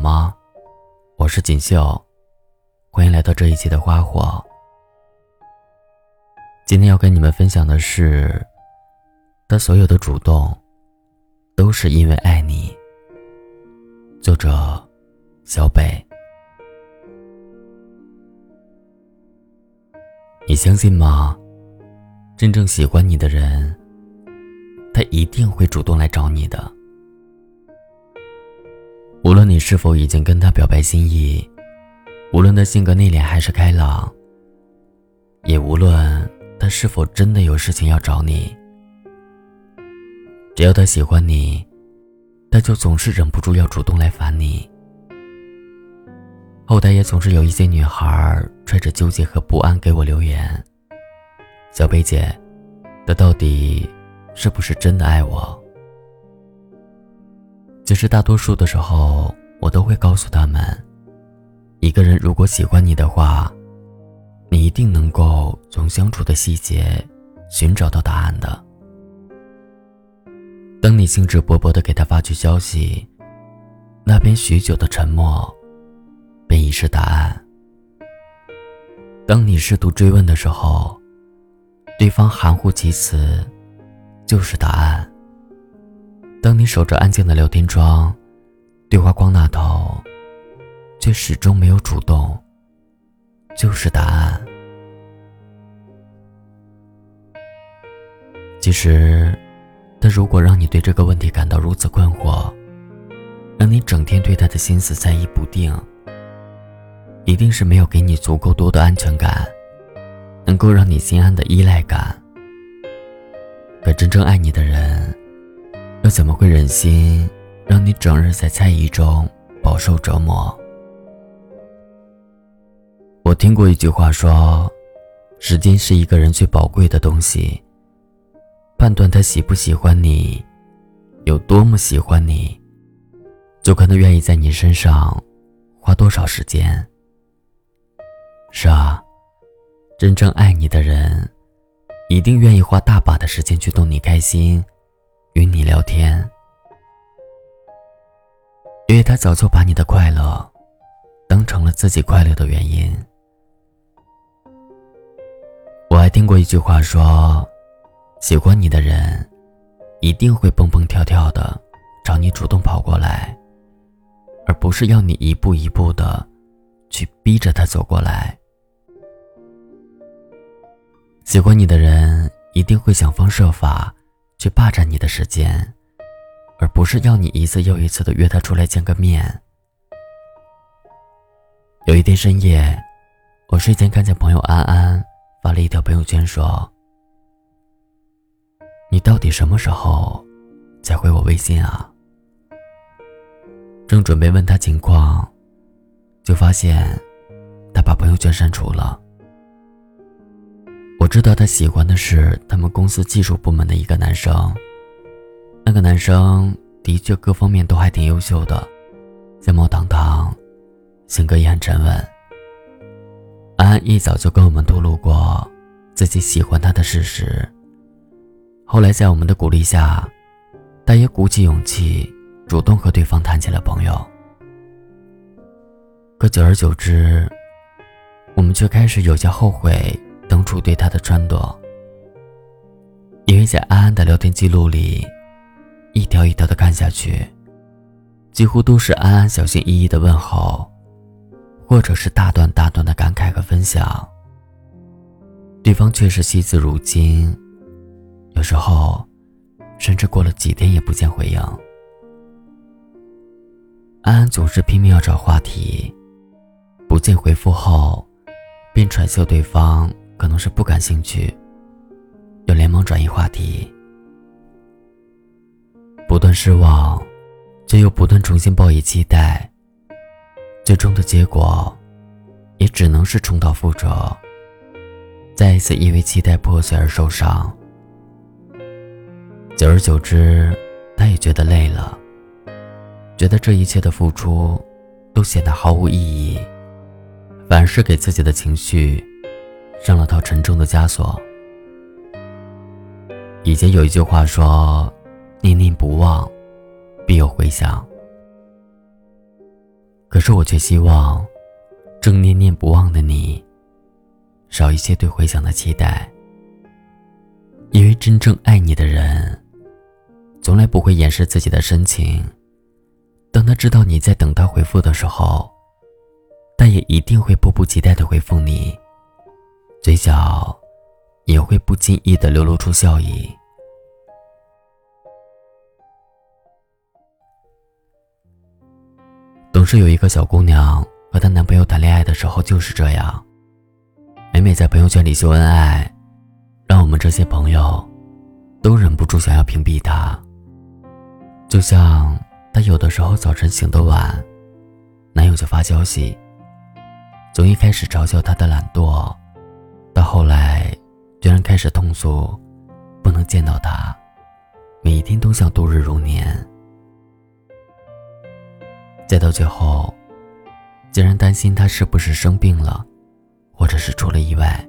吗？我是锦绣，欢迎来到这一期的花火。今天要跟你们分享的是，他所有的主动都是因为爱你。作者小北。你相信吗？真正喜欢你的人，他一定会主动来找你的。无论你是否已经跟他表白心意，无论他性格内敛还是开朗，也无论他是否真的有事情要找你，只要他喜欢你，他就总是忍不住要主动来烦你。后台也总是有一些女孩揣着纠结和不安给我留言，小北姐，他到底是不是真的爱我？其实大多数的时候，我都会告诉他们，一个人如果喜欢你的话，你一定能够从相处的细节寻找到答案的。当你兴致勃勃地给他发去消息，那边许久的沉默便已是答案。当你试图追问的时候，对方含糊其辞就是答案。当你守着安静的聊天窗，对话框那头却始终没有主动，就是答案。其实他如果让你对这个问题感到如此困惑，让你整天对他的心思在意不定，一定是没有给你足够多的安全感，能够让你心安的依赖感。可真正爱你的人，又怎么会忍心让你整日在猜疑中饱受折磨？我听过一句话说，时间是一个人最宝贵的东西，判断他喜不喜欢你，有多么喜欢你，就看他愿意在你身上花多少时间。是啊，真正爱你的人，一定愿意花大把的时间去逗你开心，与你聊天，因为他早就把你的快乐当成了自己快乐的原因。我还听过一句话说，喜欢你的人一定会蹦蹦跳跳的找你主动跑过来，而不是要你一步一步的去逼着他走过来。喜欢你的人一定会想方设法去霸占你的时间，而不是要你一次又一次的约他出来见个面。有一天深夜，我睡前看见朋友安安发了一条朋友圈说，你到底什么时候才回我微信啊？正准备问他情况，就发现他把朋友圈删除了。我知道他喜欢的是他们公司技术部门的一个男生，那个男生的确各方面都还挺优秀的，相貌堂堂，性格也很沉稳。安安一早就跟我们透露过自己喜欢他的事实，后来在我们的鼓励下，他也鼓起勇气主动和对方谈起了朋友。可久而久之，我们却开始有些后悔当初对他的撺掇，因为在安安的聊天记录里，一条一条的看下去，几乎都是安安小心翼翼的问候，或者是大段大段的感慨和分享，对方却是惜字如金，有时候甚至过了几天也不见回应。安安总是拼命要找话题，不见回复后便揣测对方可能是不感兴趣，又连忙转移话题。不断失望，却又不断重新抱以期待，最终的结果也只能是重蹈覆辙，再一次因为期待破碎而受伤。久而久之，他也觉得累了，觉得这一切的付出都显得毫无意义，反而是给自己的情绪上了套沉重的枷锁。以前有一句话说，念念不忘必有回响。 可是我却希望正念念不忘的你少一些对回响的期待，因为真正爱你的人从来不会掩饰自己的深情。当他知道你在等他回复的时候，他也一定会迫不及待地回复你，嘴角也会不经意地流露出笑意。总是有一个小姑娘和她男朋友谈恋爱的时候就是这样，每每在朋友圈里秀恩爱，让我们这些朋友都忍不住想要屏蔽她。就像她有的时候早晨醒得晚，男友就发消息，从一开始嘲笑她的懒惰，到后来居然开始痛诉不能见到他，每一天都像度日如年。再到最后，竟然担心他是不是生病了，或者是出了意外。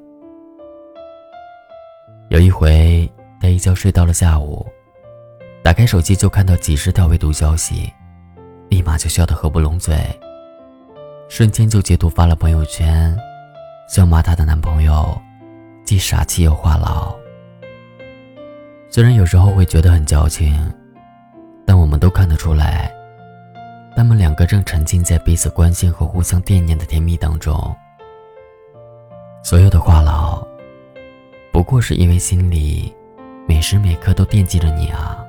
有一回，他一觉睡到了下午，打开手机就看到几十条未读消息，立马就笑得合不拢嘴，瞬间就截图发了朋友圈，笑骂她的男朋友既傻气又话痨。虽然有时候会觉得很矫情，但我们都看得出来，他们两个正沉浸在彼此关心和互相惦念的甜蜜当中。所有的话痨不过是因为心里每时每刻都惦记着你啊。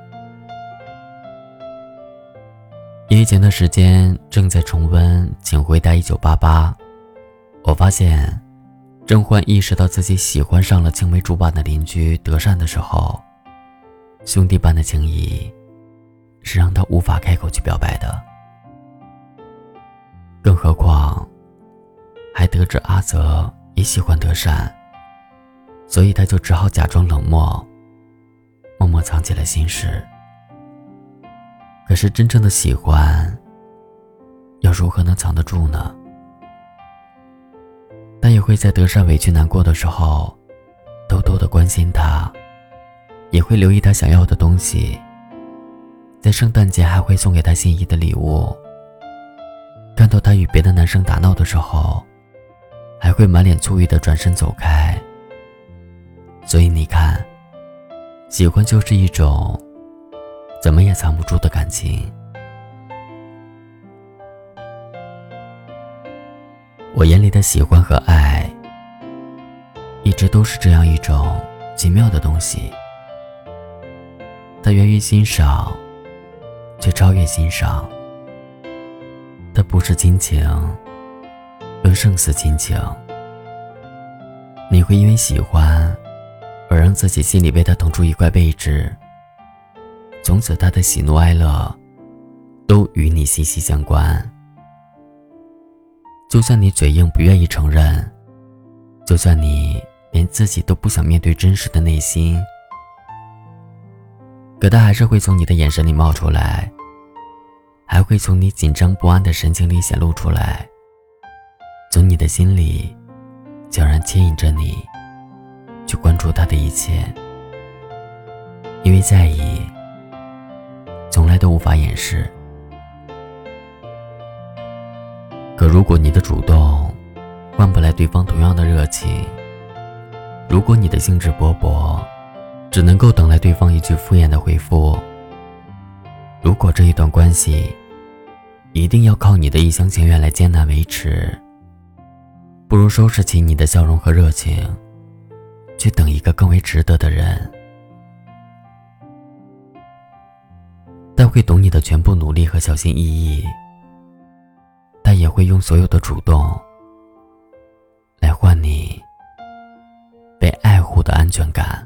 因为前段时间正在重温《请回答1988》，我发现郑焕意识到自己喜欢上了青梅竹马的邻居德善的时候，兄弟般的情谊是让他无法开口去表白的。更何况还得知阿泽也喜欢德善，所以他就只好假装冷漠，默默藏起了心事。可是真正的喜欢又如何能藏得住呢？他也会在德善委屈难过的时候偷偷地关心他，也会留意他想要的东西，在圣诞节还会送给他心仪的礼物。看到他与别的男生打闹的时候，还会满脸醋意地转身走开。所以你看，喜欢就是一种怎么也藏不住的感情。我眼里的喜欢和爱一直都是这样一种奇妙的东西，它源于欣赏，却超越欣赏。它不是亲情，更胜似亲情。你会因为喜欢而让自己心里为他腾出一块位置，从此他的喜怒哀乐都与你息息相关。就算你嘴硬不愿意承认，就算你连自己都不想面对真实的内心，可他还是会从你的眼神里冒出来，还会从你紧张不安的神情里显露出来，从你的心里悄然牵引着你去关注他的一切。因为在意从来都无法掩饰。可如果你的主动换不来对方同样的热情，如果你的兴致勃勃只能够等来对方一句敷衍的回复，如果这一段关系一定要靠你的一厢情愿来艰难维持，不如收拾起你的笑容和热情，去等一个更为值得的人。他会懂你的全部努力和小心翼翼，他也会用所有的主动来换你被爱护的安全感。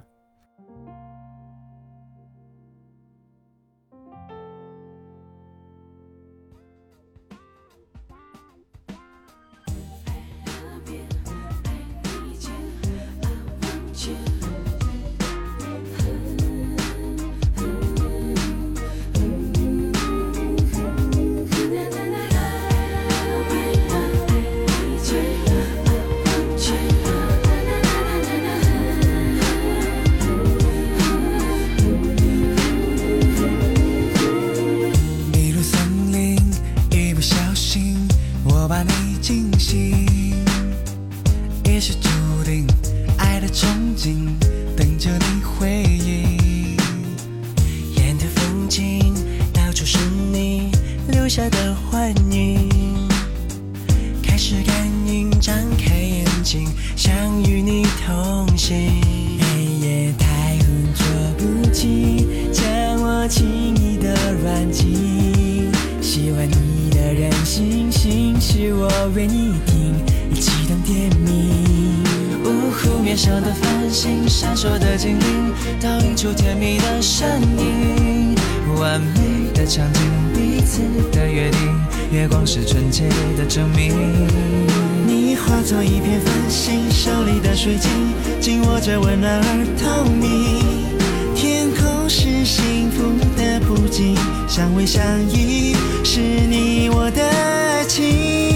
下的幻影。开始感应，张开眼睛，想与你同行。黑夜太浑浊不清，将我轻易的软禁。喜欢你的任性，心是我为你定，一启动点名。呜呼，面上的繁星，闪烁的精灵，倒映出甜蜜的身影。完美的场景，彼此的约定，月光是纯洁的证明。你化作一片繁星，手里的水晶紧握着温暖而透明。天空是幸福的布景，相偎相依是你我的爱情。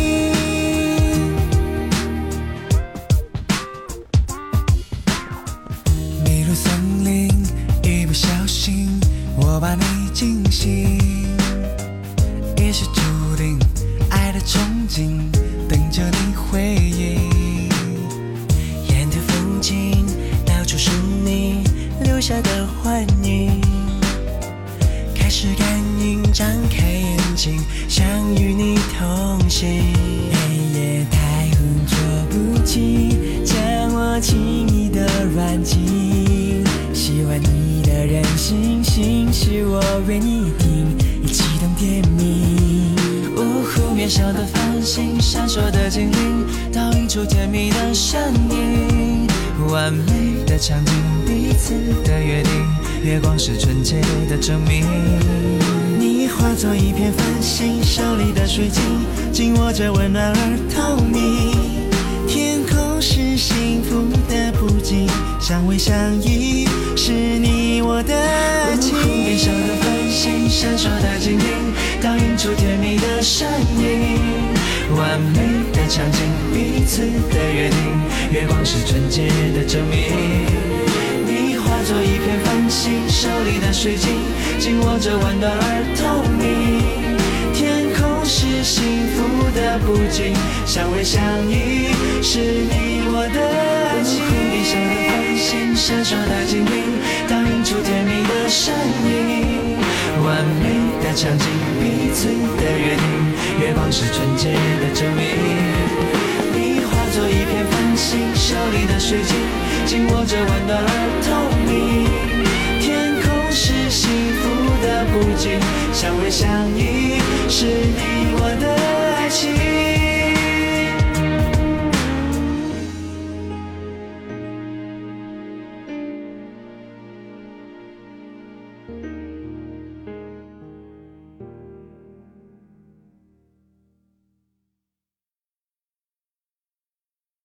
迷入森林，一不小心我把你惊醒，也是注定爱的憧憬，等着你回应。沿途风景到处是你留下的幻影。开始感应，张开眼睛，想与你同行。黑夜太浑浊不清，将我轻易的软禁。喜欢你的任性，心是我为你定，一启动点名。呜呼，面上的繁星，闪烁的精灵，倒映出甜蜜的身影。完美的场景，彼此的约定，月光是纯洁的证明。你化作一片繁星，手里的水晶紧握着温暖而透明。天空是幸福的布景，相偎相依是你我的爱情。面上的繁星，闪烁的精灵，倒映出甜蜜的身影。完美的场景，彼此的约定，月光是纯洁的证明。你化作一片繁星，手里的水晶紧握着温暖而透明。天空是幸福的布景，相偎相依是你我的爱情。地上的繁星，闪烁的精灵，倒映出甜蜜的身影。完美的场景，彼此的约定，月光是纯洁的证明。你化作一片繁星，手里的水晶紧握着温暖而透明。天空是幸福的布景，相偎相依是你我的爱情。